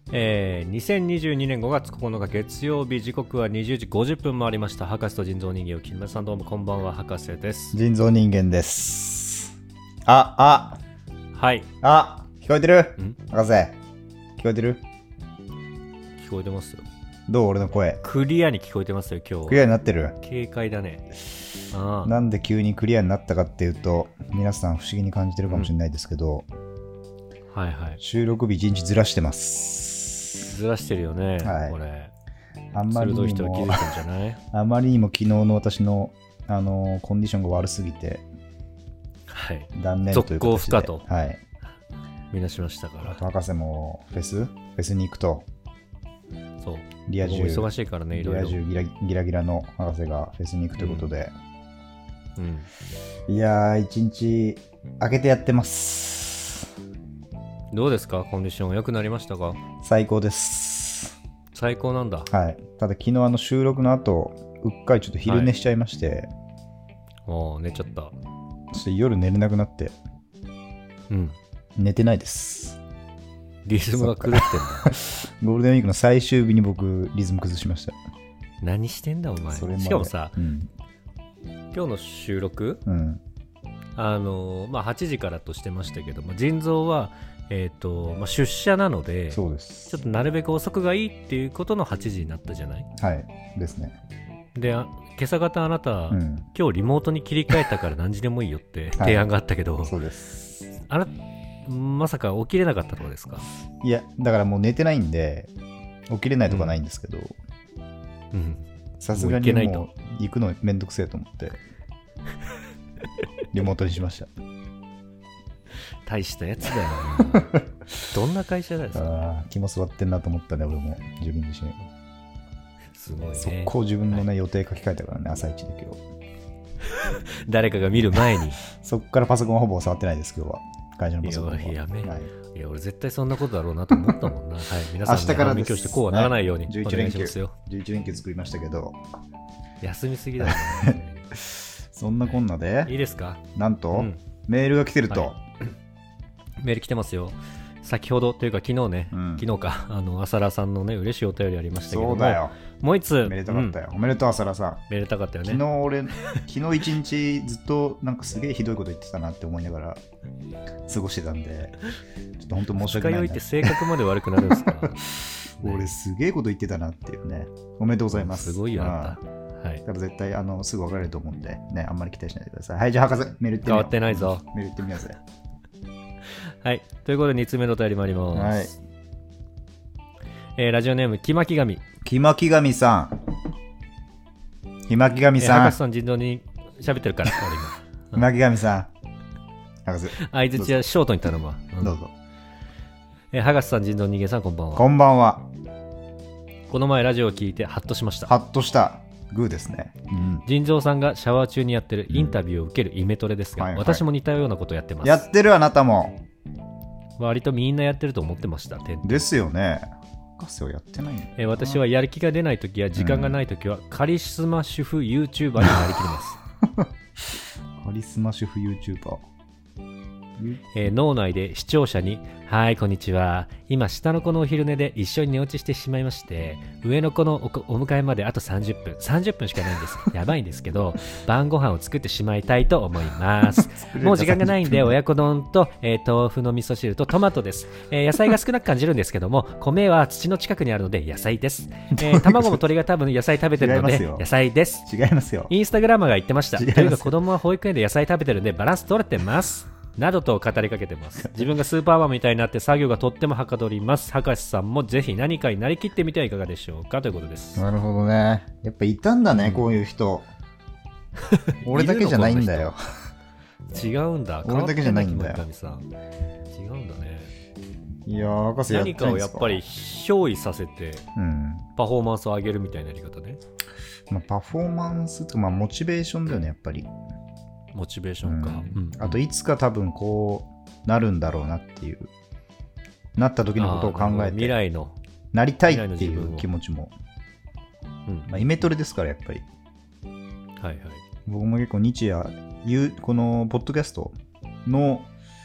2022年5月9日月曜日、時刻は20時50分回りました。博士と人造人間を切ります。さん、どうもこんばんは。博士です。 人造人間です。 はい。 聞こえてる？博士、聞こえてる？ 聞こえてますよ。 どう？俺の声クリアに聞こえてますよ。今日クリアになってる？ 軽快だね。 なんで急にクリアになったかっていうと、皆さん不思議に感じてるかもしれないですけど、 はいはい、 収録日1日ずらしてます。 ずらしてるよね、 はい、 これ。 あんまりにも鋭い人は気づいたんじゃない？ あまりにも昨日の私の、コンディションが悪すぎて、 はい、 断念という形で続行不可と、 はい、 みなしましたから。 博士もフェスに行くと。 そう、 リア充忙しいからね、いろいろ。 リア充ギラギラの博士がフェスに行くということで、いやー、一日空けてやってます。 どうですか？コンディション良くなりましたか？ 最高です。 最高なんだ。 はい。ただ昨日収録の後、うっかりちょっと昼寝しちゃいまして、 寝ちゃった。 そして夜寝れなくなって、寝てないです。 リズムが狂ってんだ。 ゴールデンウィークの最終日に僕リズム崩しました。 何してんだお前。しかもさ、今日の収録、8時からとしてましたけども、腎臓は、出社なので、 そうです。 ちょっとなるべく遅くがいいっていうことの8時になったじゃない？ はいですね。 で、今朝方あなた、今日リモートに切り替えたから何時でもいいよって提案があったけど、 そうです。 まさか起きれなかったのですか？ いや、だからもう寝てないんで起きれないとかないんですけど、さすがにもう行くのめんどくせえと思ってリモートにしました。 大したやつだよな。どんな会社だよ。 気も座ってんなと思ったね、俺も自分自身。 すごいね。 速攻自分のね、予定書き換えたからね、朝一で今日。 誰かが見る前に。 そっからパソコンはほぼ触ってないです、今日は。会社のパソコンは。 いや俺絶対そんなことだろうなと思ったもんな。はい、皆さん、 明日から勉強してこうはならないように、 11連休11連休作りましたけど、 休みすぎだよね。 そんなこんなでいいですか？ なんと、メールが来てると、 メール来てますよ。先ほどというか昨日ね、昨日か、浅田さんのね、嬉しいお便りありましたけども、 そうだよ、 もう一つめでたかったよ、おめでとう浅田さん。 めでたかったよね。 昨日一日ずっとなんかすげえひどいこと言ってたなって思いながら過ごしてたんで、ちょっと本当申し訳ないな。 二日酔いって性格まで悪くなるんですか？ 俺すげえこと言ってたなっていうね。おめでとうございます。 すごいよ、あんた。はい、 多分絶対すぐ別れると思うんで、ね、あんまり期待しないでください。はい、じゃあ博士、メール言ってみよう。 変わってないぞ。 メール言ってみようぜ。 はい、ということで2つ目のお便りもあります。 はい、 ラジオネーム、きまきがみ。 きまきがみさん。きまきがみさん。 博士さん、人道に喋ってるから、 きまきがみさん。博士。 相づちはショートに頼むわ。 どうぞ。 博士さん、人道人間さん、こんばんは。 こんばんは。 この前ラジオを聞いてハッとしました。 ハッとした。グーですね。 腎臓さんがシャワー中にやってるインタビューを受けるイメトレですが、私も似たようなことをやってます。 やってる、あなたも。 割とみんなやってると思ってました。 ですよね。博士はやってないんだ。 私はやる気が出ないときや時間がないときは、カリスマ主婦 YouTuber になりきります。 カリスマ主婦 YouTuber。 脳内で視聴者にはいこんにちは、今下の子のお昼寝で一緒に寝落ちしてしまいまして、上の子の お迎えまであと30分しかないんです。やばいんですけど、晩ご飯を作ってしまいたいと思います。もう時間がないんで親子丼と、豆腐の味噌汁とトマトです。野菜が少なく感じるんですけども、米は土の近くにあるので野菜です。卵も鳥が多分野菜食べてるので野菜です。 違いますよ。 インスタグラマーが言ってました。というか子供は保育園で野菜食べてるんでバランス取れてますなどと語りかけてます。自分がスーパーマンみたいになって作業がとってもはかどります。博士さんもぜひ何かになりきってみてはいかがでしょうか、ということです。 なるほどね。やっぱいたんだね、こういう人。俺だけじゃないんだよ。 違うんだ。 俺だけじゃないんだよ。 違うんだね。 いやー、博士やってないんですか？ 何かをやっぱり憑依させて、パフォーマンスを上げるみたいなやり方ね。 パフォーマンスとか、モチベーションだよね、やっぱり。 モチベーションか、 あといつか多分こうなるんだろうなっていう、なった時のことを考えて未来のなりたいっていう気持ちも、イメトレですからやっぱり。 はいはい。 僕も結構日夜このポッドキャストの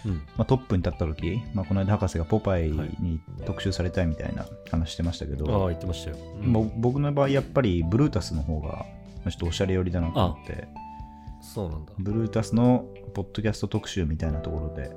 トップに立った時、この間博士がポパイに特集されたいみたいな話してましたけど、 言ってましたよ。 僕の場合やっぱりブルータスの方がちょっとおしゃれ寄りだなと思って、 そうなんだ。 ブルータスのポッドキャスト特集みたいなところで、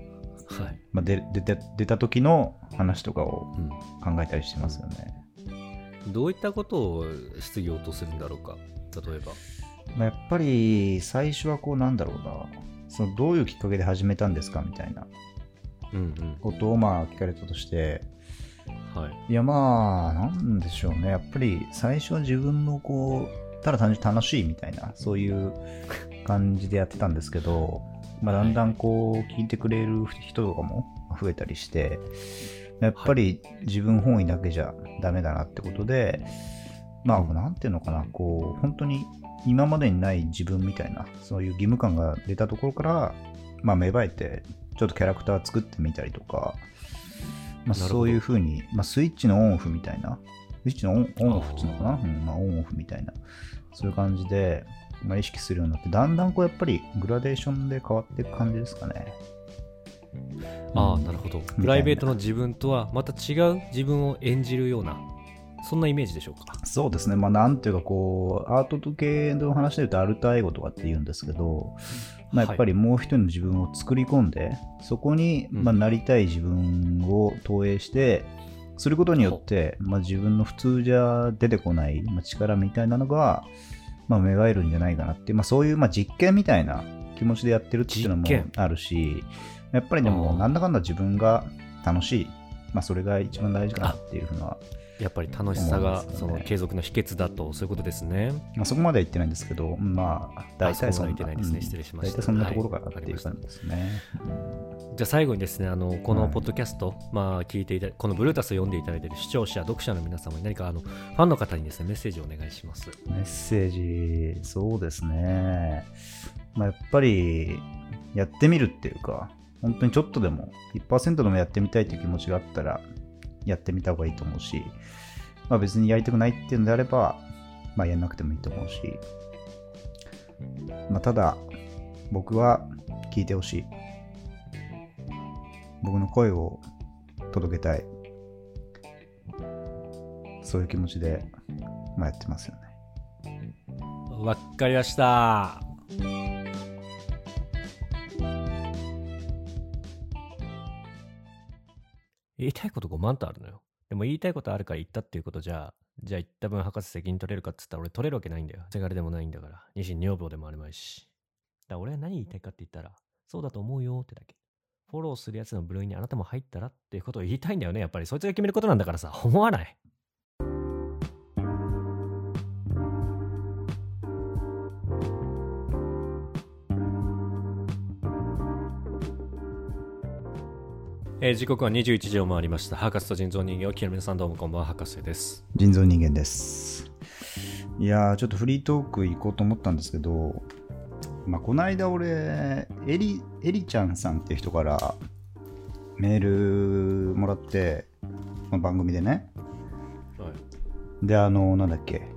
出た時の話とかを考えたりしてますよね。 どういったことを質疑応答するんだろうか。例えば、 やっぱり最初はなんだろうな、そのどういうきっかけで始めたんですかみたいなことを聞かれたとして、いやなんでしょうね、やっぱり最初は自分のただ単純に楽しいみたいな、そういう感じでやってたんですけど、だんだん聞いてくれる人とかも増えたりして、やっぱり自分本位だけじゃダメだなってことで、なんていうのかな、本当に今までにない自分みたいな、そういう義務感が出たところから、芽生えて、ちょっとキャラクター作ってみたりとか、そういう風に、スイッチのオンオフみたいな、スイッチのオンオフっていうのかな、オンオフみたいな、そういう感じで、意識するようになって、だんだんやっぱりグラデーションで変わっていく感じですかね。 なるほど。プライベートの自分とはまた違う自分を演じるような、そんなイメージでしょうか。 そうですね。なんていうかアート系の話で言うとアルターエゴとかって言うんですけど、やっぱりもう一人の自分を作り込んで、そこになりたい自分を投影してすることによって、自分の普通じゃ出てこない力みたいなのが芽生えるんじゃないかなっていう、そういう実験みたいな気持ちでやってるっていうのもあるし、やっぱりでもなんだかんだ自分が楽しい、それが一番大事かなっていうふうな、 やっぱり楽しさがその継続の秘訣だと、そういうことですね。 そこまでは言ってないんですけど、大体そんな、 失礼しました。 大体そんなところかなっていう感じですね。 じゃあ最後にですね、このポッドキャスト、聞いていたこのブルータスを読んでいただいている視聴者、読者の皆様に何かファンの方にですね、メッセージをお願いします。 メッセージ、そうですね。やっぱりやってみるっていうか、本当にちょっとでも 1% でもやってみたいという気持ちがあったらやってみた方がいいと思うし、別にやりたくないっていうのであれば、やんなくてもいいと思うし、ただ僕は聞いてほしい、僕の声を届けたい、そういう気持ちで、やってますよね。 わかりました。言いたいこと5万とあるのよ。でも言いたいことあるから言ったっていうことじゃあ言った分博士責任取れるかって言ったら俺取れるわけないんだよ。せがれでもないんだから。二心女房でもあるまいし。だから俺は何言いたいかって言ったら、そうだと思うよってだけ。フォローするやつの部類にあなたも入ったらっていうことを言いたいんだよね。やっぱりそいつが決めることなんだからさ、思わない？時刻は21時を回りました。博士と人造人間を聞いてる皆さん、どうもこんばんは。博士です。 人造人間です。いやー、ちょっとフリートーク行こうと思ったんですけど、この間俺エリちゃんさんっていう人からメールもらって、番組でね、でなんだっけ、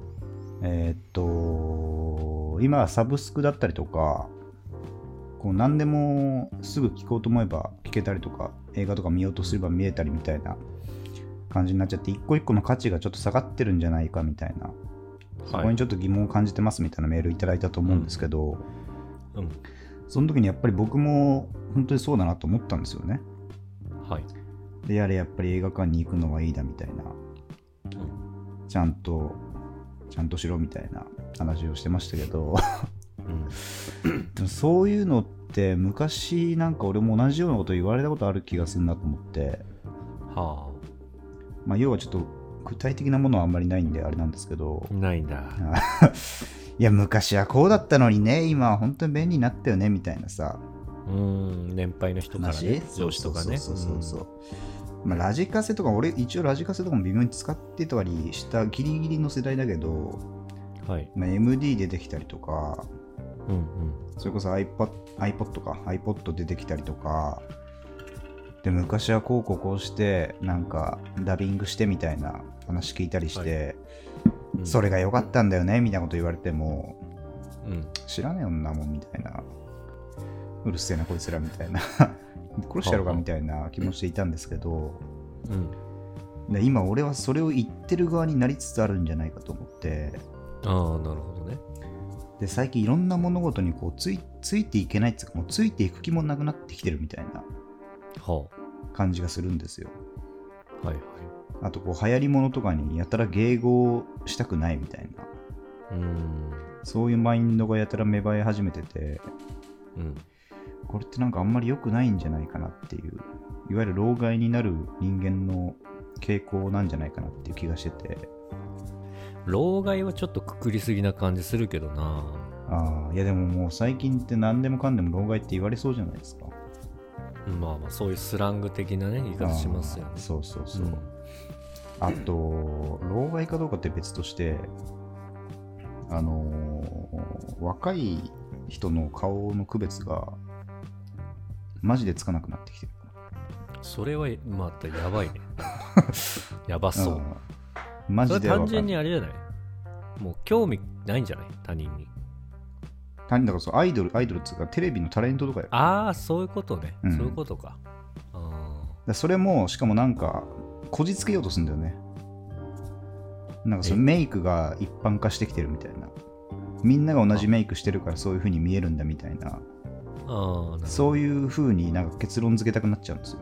今サブスクだったりとか、何でもすぐ聞こうと思えば聞けたりとか、映画とか見ようとすれば見えたりみたいな感じになっちゃって、一個一個の価値がちょっと下がってるんじゃないかみたいな、そこにちょっと疑問を感じてますみたいなメールいただいたと思うんですけど、その時にやっぱり僕も本当にそうだなと思ったんですよね。で、やっぱり映画館に行くのはいいだみたいな、ちゃんとしろみたいな話をしてましたけどでもそういうのって昔なんか俺も同じようなこと言われたことある気がするなと思って、要はちょっと具体的なものはあんまりないんであれなんですけど、 ないんだいや昔はこうだったのにね、今は本当に便利になったよねみたいなさ、 年配の人からね、上司とかね、 ラジカセとか、俺一応ラジカセとかも微妙に使ってたりしたギリギリの世代だけど、MD 出てきたりとか、それこそ iPod か iPod 出てきたりとかで、昔はこうしてなんかダビングしてみたいな話聞いたりして、それが良かったんだよねみたいなこと言われても、知らねえよんなもんみたいなうるせえなこいつらみたいな殺してやろうかみたいな気持ちでいたんですけど、で今俺はそれを言ってる側になりつつあるんじゃないかと思って。 ああ、なるほどね。 で最近いろんな物事にこうついていけないっていうか、もうついていく気もなくなってきてるみたいな感じがするんですよ。 はいはい。 あとこう流行り物とかにやたら迎合したくないみたいな、そういうマインドがやたら芽生え始めてて、これってなんかあんまり良くないんじゃないかなっていう、いわゆる老害になる人間の傾向なんじゃないかなっていう気がしてて。 老害はちょっとくくりすぎな感じするけどな。 いやでももう最近って何でもかんでも老害って言われそうじゃないですか。 まあまあそういうスラング的なね言い方しますよね。 そうそうそう。あと老害かどうかって別として、若い人の顔の区別がマジでつかなくなってきてる。 それはまたやばいね。やばそう。 マジで単純にあれじゃない、もう興味ないんじゃない、他人に。 他人だからそう、アイドルっていうかテレビのタレントとかや。 ああ、そういうことね、そういうことか。 それもしかもなんかこじつけようとするんだよね。なんかそのメイクが一般化してきてるみたいな、みんなが同じメイクしてるからそういう風に見えるんだみたいな、そういう風になんか結論付けたくなっちゃうんですよ。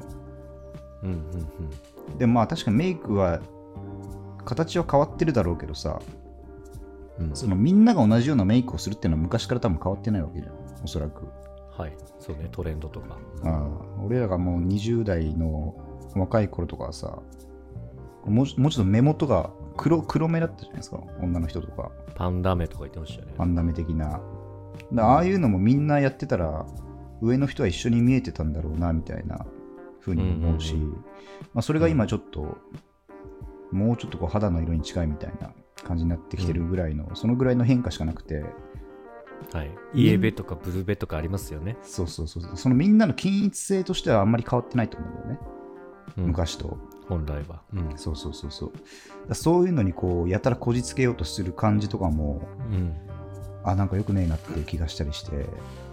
でもまあ確かにメイクは形は変わってるだろうけどさ、そのみんなが同じようなメイクをするっていうのは昔から多分変わってないわけじゃん、おそらく。 はい、そうね、トレンドとか。 俺らがもう20代の若い頃とかはさ、もうちょっと目元が黒目だったじゃないですか、女の人とか。 パンダ目とか言ってましたよね。 パンダ目的な。ああいうのもみんなやってたら上の人は一緒に見えてたんだろうなみたいな風に思うし、それが今ちょっと、もうちょっとこう肌の色に近いみたいな感じになってきてるぐらいの、そのぐらいの変化しかなくて。 はい、イエベとかブルベとかありますよね。 そう、そのみんなの均一性としてはあんまり変わってないと思うんだよね、昔と。 本来は。 そういうのにこうやたらこじつけようとする感じとかも、なんか良くねえなっていう気がしたりして。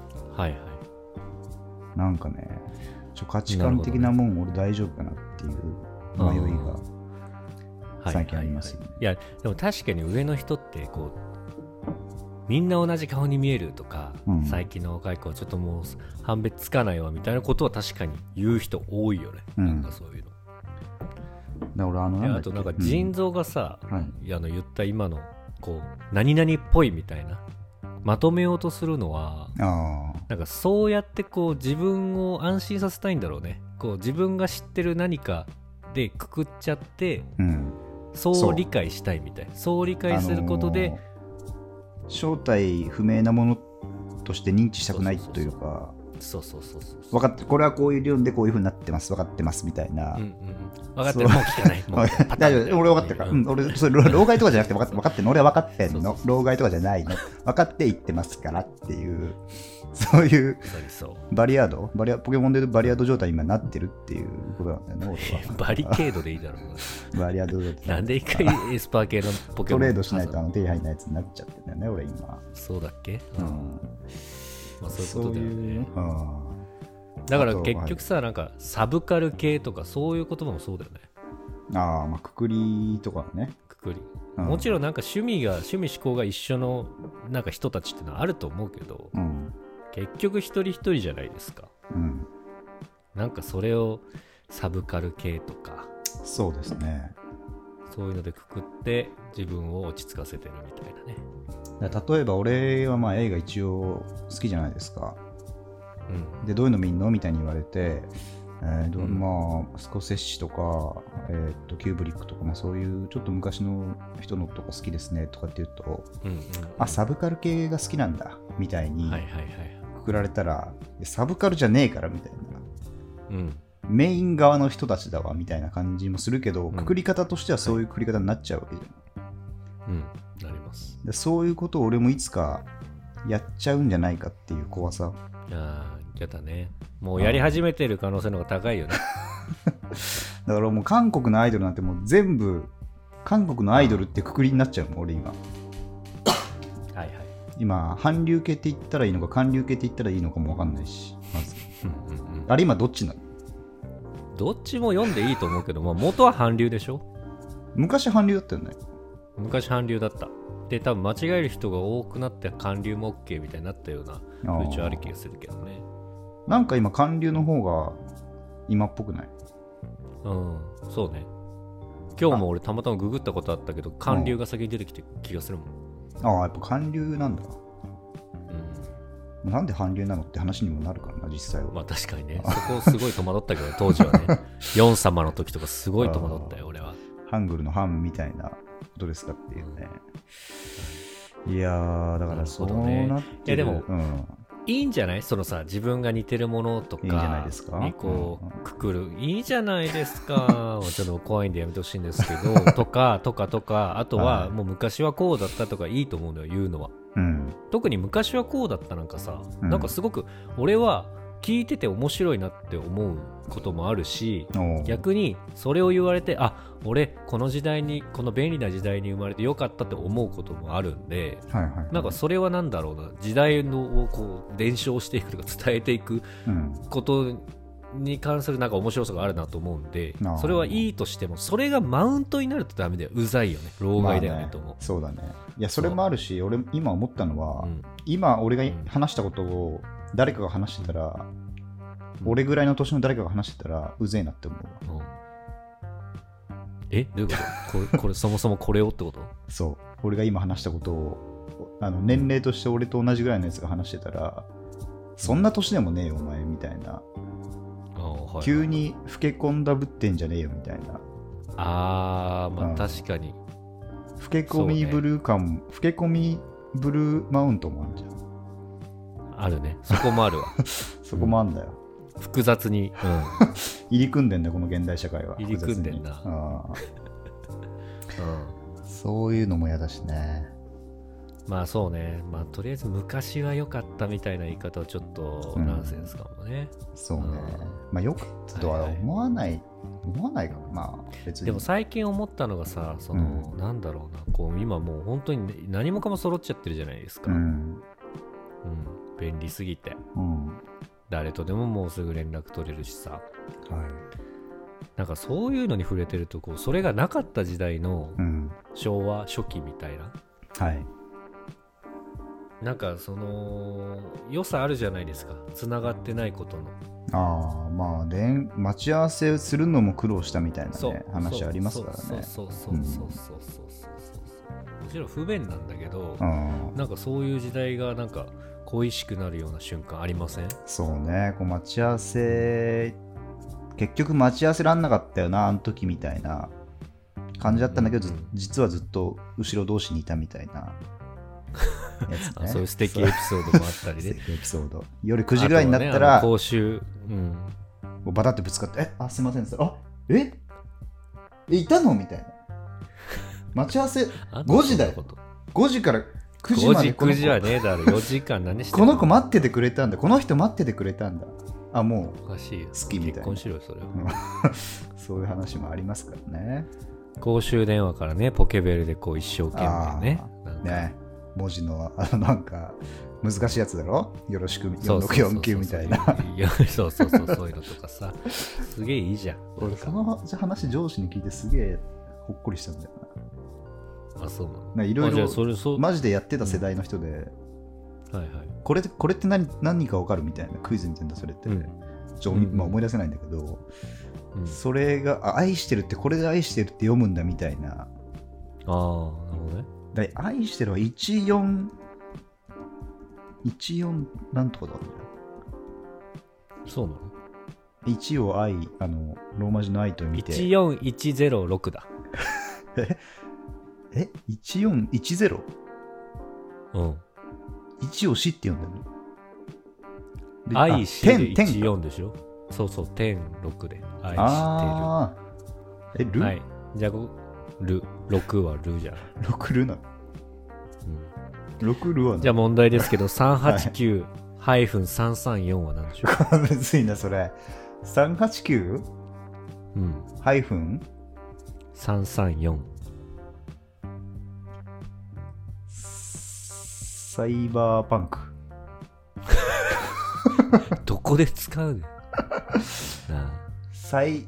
なんかね、価値観的なもん俺大丈夫かなっていう迷いが最近ありますよね。 いやでも確かに上の人ってこうみんな同じ顔に見えるとか、最近の若い子はちょっともう判別つかないわみたいなことは確かに言う人多いよね。なんかそういうの。あとなんか腎臓がさ、言った今のこう何々っぽいみたいなまとめようとするのは、なんかそうやってこう自分を安心させたいんだろうね。こう自分が知ってる何かでくくっちゃって、そう理解したいみたいな。そう理解することで、 正体不明なものとして認知したくないというか、分かって、これはこういう理論でこういう風になってます、分かってますみたいな。 分かってる、もう聞かない。 大丈夫、俺分かってるから。俺それ老害とかじゃなくて分かってるの、俺は分かってんの。老害とかじゃないの。分かって言ってますからっていう、そういうバリアード、ポケモンでいうバリアード状態に今なってるっていうことなんだよね、俺は。 バリケードでいいだろう。 バリアード状態。 なんで一回エスパー系のポケモントレードしないと手に入んないやつになっちゃってんだよね、俺今。 そうだっけ？そういうことだよね。だから結局さ、なんかサブカル系とかそういう言葉もそうだよね。 くくりとかね。 くくり。もちろんなんか趣味思考が一緒のなんか人たちってのはあると思うけど、結局一人一人じゃないですか。なんかそれをサブカル系とか。 そうですね。 そういうのでくくって自分を落ち着かせてるみたいなね。 例えば俺は映画一応好きじゃないですか。でどういうの見んのみたいに言われて、スコセッシとか、キューブリックとか、そういうちょっと昔の人のとか好きですねとかって言うと、サブカル系が好きなんだみたいにくくられたら、サブカルじゃねえからみたいな、メイン側の人たちだわみたいな感じもするけど、くくり方としてはそういうくくり方になっちゃうわけじゃん。 なります。 でそういうことを俺もいつかやっちゃうんじゃないかっていう怖さ。 やだね。もうやり始めてる可能性の方が高いよね。 だからもう韓国のアイドルなんてもう全部韓国のアイドルってくくりになっちゃうもん、俺今。 今韓流系って言ったらいいのか韓流系って言ったらいいのかも分かんないし、まずあれ今どっちなの？ どっちも読んでいいと思うけど、まあ、元は韓流でしょ。 昔韓流だったよね。 昔韓流だった。で多分間違える人が多くなって韓流も OK みたいになったような風潮ある気がするけどね。 なんか今韓流の方が今っぽくない？ うん、そうね。今日も俺たまたまググったことあったけど韓流が先に出てきて気がするもん。 ああ、やっぱ韓流なんだ。なんで韓流なのって話にもなるからな、実際は。 まあ確かにね、そこすごい戸惑ったけど当時はねヨン様の時とかすごい戸惑ったよ俺は。 ハングルのハンみたいなことですかっていうね。いやー、だからそうなってる。 でも、いいんじゃない？そのさ、自分が似てるものとかにこう、 いいんじゃないですか？ くくる。いいじゃないですか。ちょっと怖いんでやめてほしいんですけどとかあとはもう昔はこうだったとかいいと思うんだよ、言うのは。特に昔はこうだったなんかさ、なんかすごく俺は聞いてて面白いなって思うこともあるし、逆にそれを言われて、あ、俺この時代に、この便利な時代に生まれてよかったって思うこともあるんで、なんかそれはなんだろうな、時代のをこう伝承していくとか伝えていくことに関するなんか面白さがあるなと思うんで、それはいいとしてもそれがマウントになるとダメだよ。うざいよね、老害だよね、と思う。 そうだね。いやそれもあるし、俺今思ったのは、今俺が話したことを誰かが話してたら、俺ぐらいの年の誰かが話してたらうぜえなって思うわ。 どういうことこれそもそもこれをってこと？ そう、俺が今話したことを年齢として俺と同じぐらいのやつが話してたら、そんな年でもねえよお前みたいな、急に老け込んだぶってんじゃねえよみたいな。 まあ確かに老け込みブルー感、老け込みブルーマウントもあるじゃん。 あるね、そこもあるわそこもあるんだよ、 複雑に、 入り組んでんだこの現代社会は。 入り組んでんだ。 そういうのも嫌だしね。 まあそうね、まあとりあえず昔は良かったみたいな言い方はちょっとナンセンスかもね。 そうね。まあ良かったとは思わないかな。まあ別に。 でも最近思ったのがさ、その、なんだろうな、こう今もう本当に何もかも揃っちゃってるじゃないですか。便利すぎて。誰とでももうすぐ連絡取れるしさ。なんかそういうのに触れてるとこう、それがなかった時代の昭和初期みたいな。なんかその良さあるじゃないですか、つながってないことの。 まあ待ち合わせするのも苦労したみたいなね話ありますからね。 もちろん不便なんだけど、なんかそういう時代がなんか恋しくなるような瞬間ありません？ そうね、こう待ち合わせ、結局待ち合わせらんなかったよなあの時みたいな感じだったんだけど、実はずっと後ろ同士にいたみたいなやつね。 そういう素敵エピソードもあったりね。 素敵エピソード。夜9時ぐらいになったら、 講習、 バタってぶつかって、すいませんって言ったら、いたのみたいな。待ち合わせ5時だよ。5時から9時まで。 9時はねえだろ、4時間何してこの子待っててくれたんだ。この人待っててくれたんだ。もうおかしいよ、 好きみたいな。 結婚しろよそれは。 そういう話もありますからね。 公衆電話からね、ポケベルでこう一生懸命ね、文字のなんか難しいやつだろ、よろしく4649みたいな。 そうそういうのとかさ、すげえいいじゃん。 俺その話上司に聞いてすげえほっこりしたんだよな。 そうなの。 いろいろマジでやってた世代の人で、これって何か分かるみたいなクイズみたいな、それって、思い出せないんだけど、それが愛してるって、これで愛してるって読むんだみたいな。 なるほどね。 愛してるは14なんとかだったんだよ。 そうなの ？1を愛、ローマ字の愛と見て 14106だ。 1410？ 1を死って読んでるの？ 愛してる14でしょ。そうそう、点6で愛してる。 ル？ はい。じゃあル、6はルじゃん。 6ルなの？6ルはな。 じゃあ問題ですけど、389-334は何でしょう？ むずいなそれ。389？ハイフン 334。 サイバーパンク。 どこで使うねん。 サイ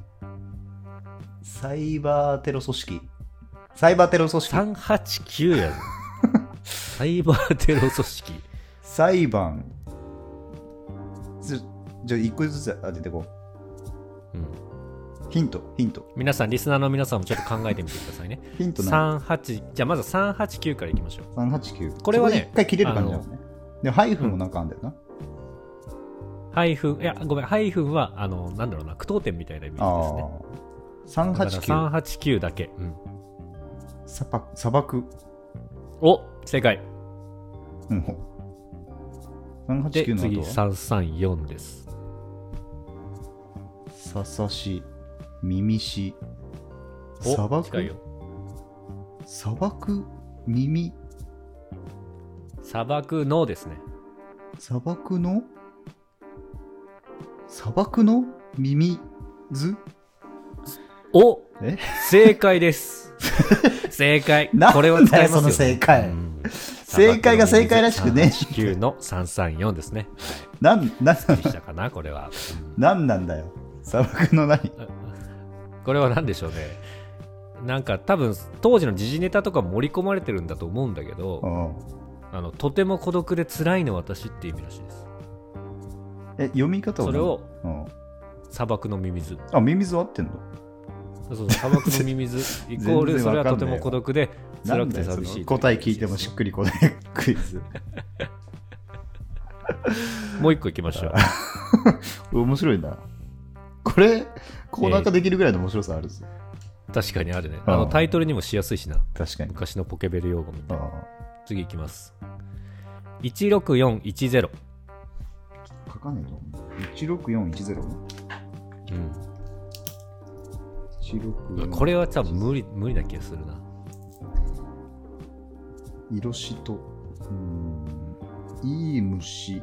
バーテロ組織。サイバーテロ組織。 389やぞ。サイバーテロ組織。 裁判。じゃあ1個ずつ当ててこう。ヒント。 皆さん、リスナーの皆さんもちょっと考えてみてくださいね。 ヒントない。 じゃあまず389からいきましょう。 389。 これはね、 一回切れる感じだよね。で、ハイフンもなんかあんだよな。 ハイフン、いや、ごめん、ハイフンは、なんだろうな、句読点みたいな意味ですね。 389。 389だけ。 砂漠。 お、正解。 389の後で、次、334です。 ささし、耳し、砂漠。 近いよ。 砂漠、耳。 砂漠のですね。 砂漠のミミズ。 お、正解です。正解。これは使えますよ、ね。 その正解。正解が正解らしくね。 389の334ですね。 なんでしたかな、これは。 何なんだよ。砂漠の何？ これは何でしょうね。なんか多分当時の時事ネタとか盛り込まれてるんだと思うんだけど、とても孤独で辛いの私って意味らしいです。 読み方はそれを、砂漠のミミズ。 あ、ミミズ合ってんの？ そう砂漠のミミズイコールそれはとても孤独で辛くて寂しい。 答え聞いてもしっくりこないクイズ。 もう一個いきましょう。面白いな。これコーナー化できるぐらいの面白さあるぞ。 確かにあるね。タイトルにもしやすいしな。 確かに。 昔のポケベル用語みたいな。次いきます。16410。 書かねえと。16410。 これは多分無理な気がするな。 色しと。いい虫。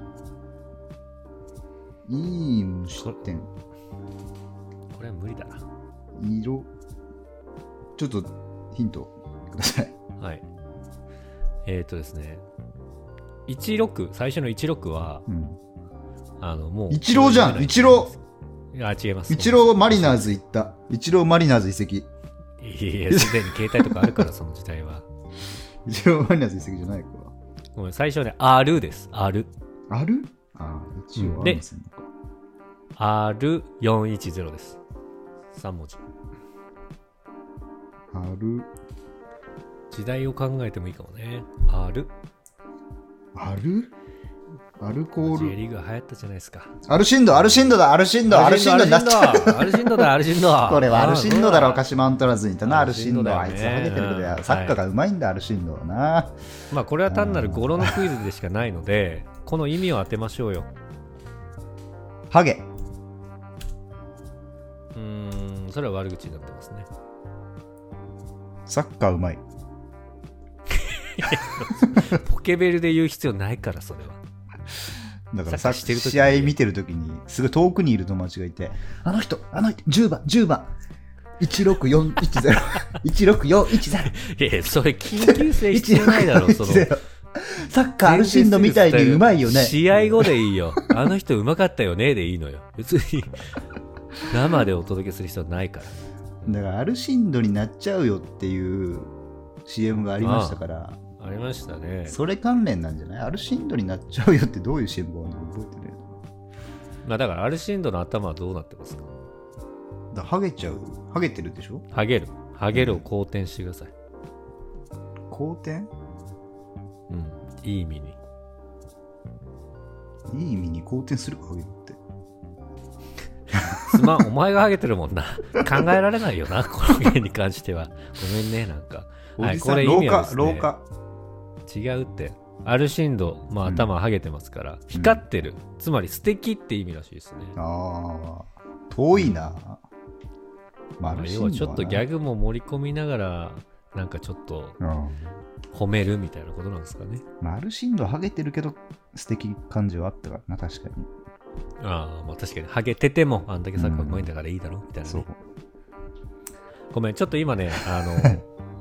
いい虫点。 これは無理だな。 色。ちょっとヒントください。 はい。ですね。16、最初の16は、もう。イチローじゃん、イチロー。 あ、 違います。 イチローマリナーズ行った。イチローマリナーズ移籍。 いや、すでに携帯とかあるから、その時代は。 イチローマリナーズ移籍じゃないか。 ごめん、最初ね、R です。R。 R？ あ、一応で、R410 です。3文字。 R。 時代を考えてもいいかもね。R。 アルコール。 J リーグが流行ったじゃないですか。 アルシンドだ。 アルシンド。これはアルシンドだろ、鹿島アントラーズにいたな、アルシンド。あいつはハゲてるけど、サッカーがうまいんだ、アルシンドはな。 まあ、これは単なる語呂のクイズでしかないので、この意味を当てましょうよ。 ハゲ。 それは悪口になってますね。 サッカーうまい。 ポケベルで言う必要ないから、それは。 だからさ、試合見てるときにすぐ遠くにいる友達がいて、あの人10番16410 16410。 いや、それ緊急性必要ないだろ。そのサッカーアルシンドみたいにうまいよね。 試合後でいいよ。あの人うまかったよねでいいのよ。別に生でお届けする必要ないから。 だからアルシンドになっちゃうよっていう CM がありましたから。 ありましたね。 それ関連なんじゃない？アルシンドになっちゃうよってどういう CM か覚えてない。 まあだからアルシンドの頭はどうなってますか？ だハゲちゃう。ハゲてるでしょ？ ハゲるを好転してください。 好転？ いい意味に。 いい意味に好転するか、ハゲるって。 お前がハゲてるもんな。考えられないよな、この件に関しては。ごめんね、なんか。はい、これ意味はですね、 廊下。 違うって。アルシンド、まあ頭ハゲてますから、光ってる。つまり素敵って意味らしいですね。 ああ、遠いな。 まあ、要はちょっとギャグも盛り込みながら、なんかちょっと褒めるみたいなことなんですかね。 まあ、アルシンドはハゲてるけど素敵感じはあったからな、確かに。 まあ確かにハゲててもあんだけサッカーうまいんだからいいだろみたいな、ね。そう。ごめん、ちょっと今ね、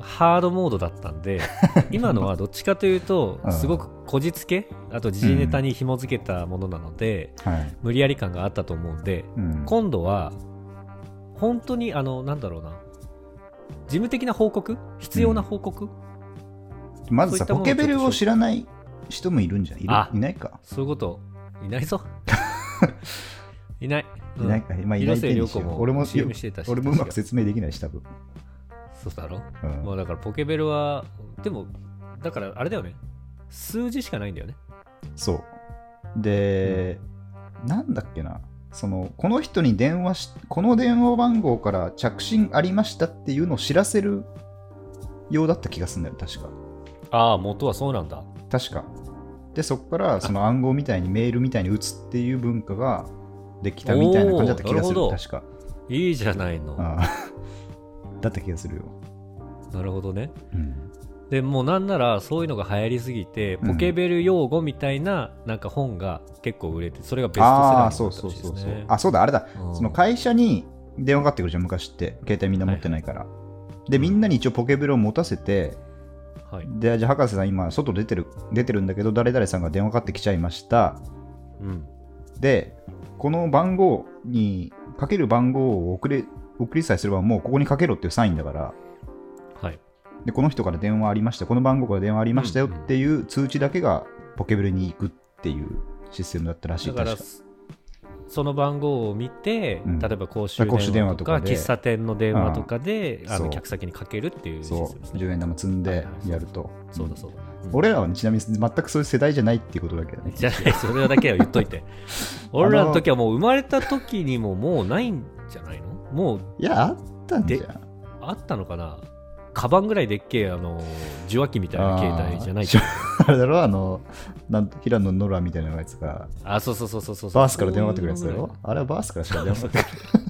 ハードモードだったんで今のはどっちかというとすごくこじつけ、あと時事ネタに紐付けたものなので、無理やり感があったと思うんで、今度は本当になんだろうな、事務的な報告、必要な報告、 まずさ、ポケベルを知らない人もいるんじゃん。いないか。 そういうこといないぞいない、 いないか、まあ、いないってにしよう。俺もうまく説明できないし、多分。 そうだろ、もうだからポケベルはでもだからあれだよね、数字しかないんだよね。 そうで、なんだっけな、この人に電話し、この電話番号から着信ありましたっていうのを知らせるようだった気がするんだよ、確か。 ああ、元はそうなんだ。 確か。で、そこからその暗号みたいにメールみたいに打つっていう文化ができたみたいな感じだった気がする。確か。 いいじゃないの。 だった気がするよ。 なるほどね。でもうなんならそういうのが流行りすぎて、ポケベル用語みたいななんか本が結構売れて、それがベストセラーになったらしいですね。 そうだ、あれだ。その会社に電話かかってくるじゃん、昔って。携帯みんな持ってないから。で、みんなに一応ポケベルを持たせて、で、じゃあ博士さん今外出てるんだけど、誰々さんが電話かかってきちゃいました。で、この番号にかける番号を送りさえすればもうここにかけろっていうサインだから、でこの人から電話ありました、この番号から電話ありましたよっていう通知だけがポケベルに行くっていうシステムだったらしい。 だからその番号を見て、例えば公衆電話とか喫茶店の電話とかで客先にかけるっていうシステムですね。 10円玉積んでやると。 そうだそうだ。 俺らはちなみに全くそういう世代じゃないっていうことだけどね。 じゃない、それだけは言っといて。俺らの時はもう生まれた時にもうないんじゃないの？もう。 いや、あったんじゃん。 あったのかな？カバンぐらいでっけえ受話器みたいな携帯じゃないあれだろ、平野ノラみたいなやつが、 そうバースから電話かかってくるやつだろ。あれはバースからしか電話かかって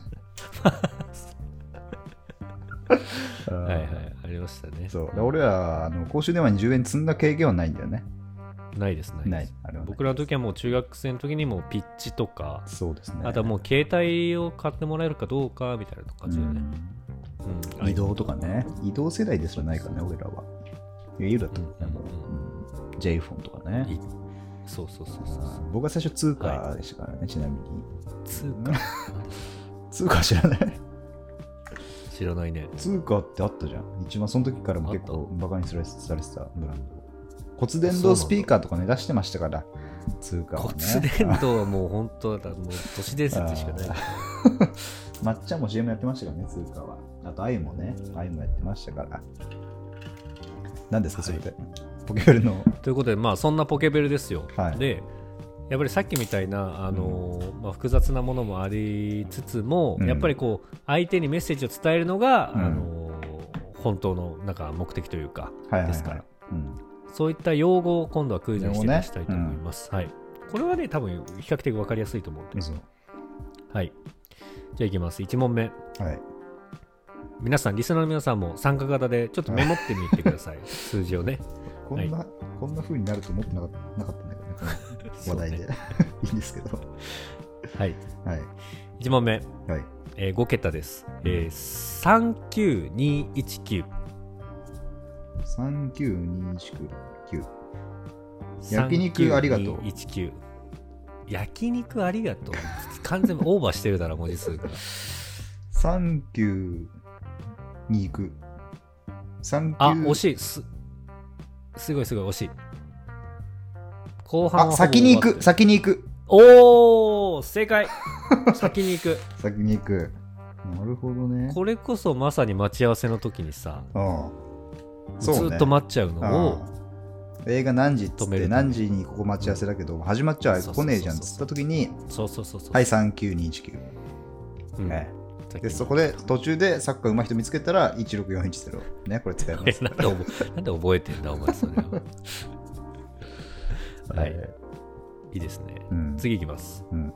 くる。 はいはい、ありましたね。 そう、俺は公衆電話に10円積んだ経験はないんだよね。 ないです。僕らの時はもう中学生の時にもピッチとか、 そうですね。 あとはもう携帯を買ってもらえるかどうかみたいな感じでね。 移動とかね、移動世代ですらないからね、俺らは。au だと思う。J フォンとかね。 そう。 僕は最初通貨でしたからね、ちなみに。通貨知らない？ 知らないね。 通貨ってあったじゃん。一番その時からも結構バカにされてたブランド。骨伝導スピーカーとかね、出してましたから、通貨はね。 骨伝導はもう本当だ、もう都市伝説しかない。 抹茶も CM やってましたからね、通貨は。あと、愛もやってましたから。何ですか、それで。ポケベルの。 ということで、まあ、そんなポケベルですよ。で、やっぱりさっきみたいな、複雑なものもありつつも、やっぱりこう、相手にメッセージを伝えるのが、本当のなんか目的というか、ですから。そういった用語を今度はクイズにして出したいと思います。これはね、多分比較的分かりやすいと思うんです。はい。じゃあいきます。1問目。皆さん、リスナーの皆さんも参加型でちょっとメモってみてください。数字をね。 こんな風になると思ってなかったんだけどね、この話題で。いいんですけど。 はい。1問目。5桁です。39219。 39219。焼肉ありがとう。 39219。焼肉ありがとう。完全にオーバーしてるだろ、文字数が。 39に行く。 惜しい。すごい惜しい。後半は先に行く。 おー、正解。先に行く。 なるほどね。 これこそまさに待ち合わせの時にさ、ずっと待っちゃうのを、 映画何時っつって何時にここ待ち合わせだけど始まっちゃう来ねえじゃんっつった時に、はい、39219。でそこで途中でサッカー上手い人見つけたら16410ね、これ使います。 なんで覚えてんだお前それは。はい、いいですね。次いきます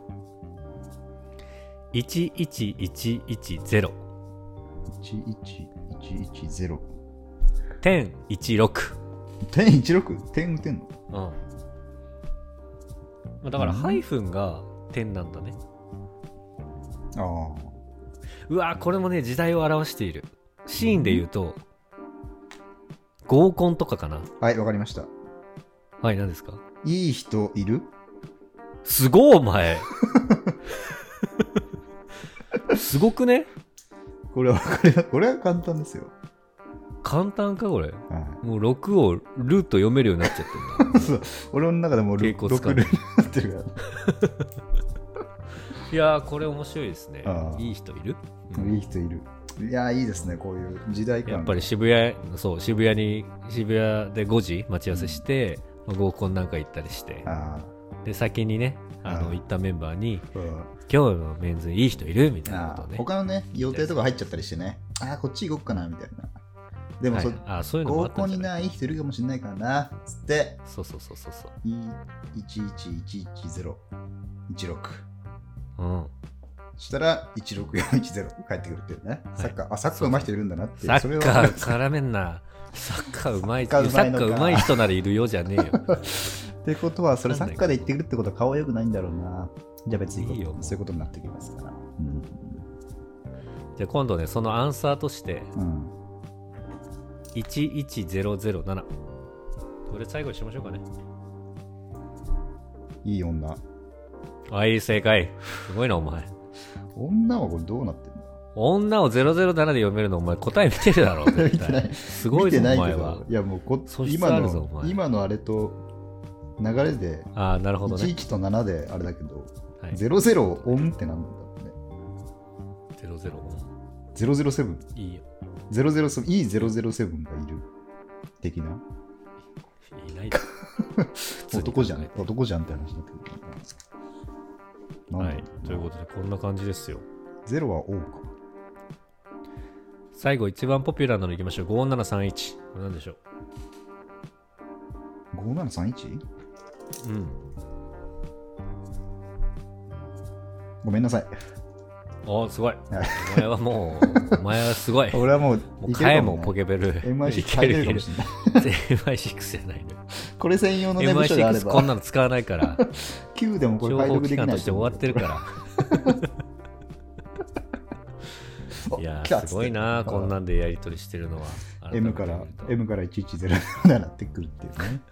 。11110。11110。点16。 点16？点打てんの？ だからハイフンが点なんだね。うわ、これもね時代を表している。シーンで言うと合コンとかかな。 はい、わかりました。 はい、何ですか？ いい人いる？ すごいお前すごくね？ これは分かります。これは簡単ですよ。 簡単かこれ、 はい、 もう6をルート読めるようになっちゃってるんだそう、俺の中でもう 6ルーになってるからいやーこれ面白いですね。いい人いる？ いい人いる。いやいいですね、こういう時代感。 やっぱり渋谷で5時待ち合わせして、合コンなんか行ったりして、で先にね行ったメンバーに、今日のメンズいい人いるみたいなことね。 他のね予定とか入っちゃったりしてね、こっち行こっかなみたいな。でもそういうのもあったんじゃない？ 合コンにないい人いるかもしれないからなつって、 そう 11111016、そしたら16410帰ってくるっていうね。サッカー上手い人いるんだなっていう。 サッカー絡めんな。サッカー上手い人ならいるよじゃねえよってことはそれサッカーで行ってくるってことは顔良くないんだろうな。じゃあ別にいいよ、そういうことになってきますから、 じゃあ今度ね、そのアンサーとして、11007、これ最後にしましょうかね。 いい女。 いい正解。すごいなお前。 女はこれどうなってんの？ 女を007で読めるのお前答え見てるだろう。 見てない。 すごいぞお前は。 いやもう今のあれと流れで、 なるほどね、 11と7であれだけど、00オンってなんだろうね。 00オン。 007。いいよ。007、いい007がいる的な。 いない男じゃんって話だけど。 はい、ということでこんな感じですよ。 0は O か。 最後一番ポピュラーなのいきましょう。5731。これ何でしょう？ 5731？ ごめんなさい。 すごい。お前はもう、お前はすごい。 俺はもう買えもポケベル。 MI6 入れるかもしれない。 MI6 じゃないの。 これ専用のね、部署があれば。 MI6 こんなの使わないから。 9でもこれ解読できない。 情報機関として終わってるから。いやすごいな、こんなんでやり取りしてるのは。 M から1107ってくるっていうね。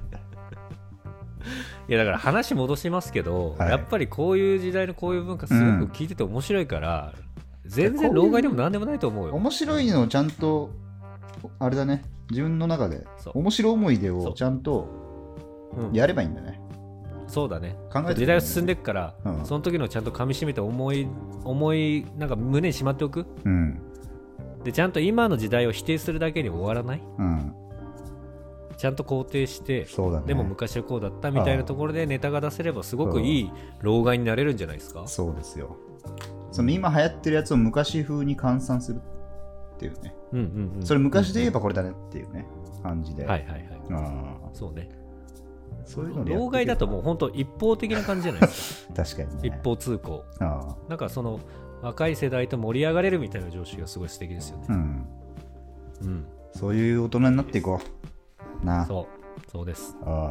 いやだから話戻しますけど、やっぱりこういう時代のこういう文化すごく聞いてて面白いから、全然老害でも何でもないと思うよ。 面白いのをちゃんとあれだね、自分の中で面白思い出をちゃんとやればいいんだね。 そうだね。時代が進んでいくから、その時のちゃんと噛み締めて思いなんか胸にしまっておく、でちゃんと今の時代を否定するだけに終わらない、ちゃんと肯定して、でも昔はこうだったみたいなところでネタが出せればすごくいい老害になれるんじゃないですか。 そうですよ。その今流行ってるやつを昔風に換算するっていうね。それ昔で言えばこれだねっていうね感じで。そうね。そういうので老害だともう本当一方的な感じじゃないですか。 確かに、ね、 一方通行。なんかその若い世代と盛り上がれるみたいな常識がすごい素敵ですよね。 そういう大人になっていこう。 そうです。 はい。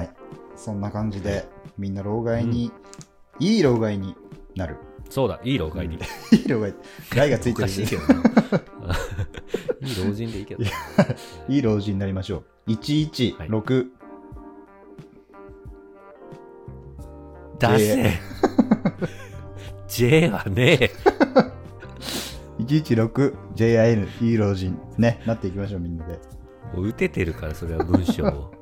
そんな感じでみんな老害に、いい老害になる。 そうだ、いい老害に。 いい老害。害がついてる。 おかしいけどね。いい老人でいいけど。 いい老人になりましょう。116。 出せ。J はねえ。 116 JIN いい老人ね、なっていきましょうみんなで。 打ててるからそれは文章を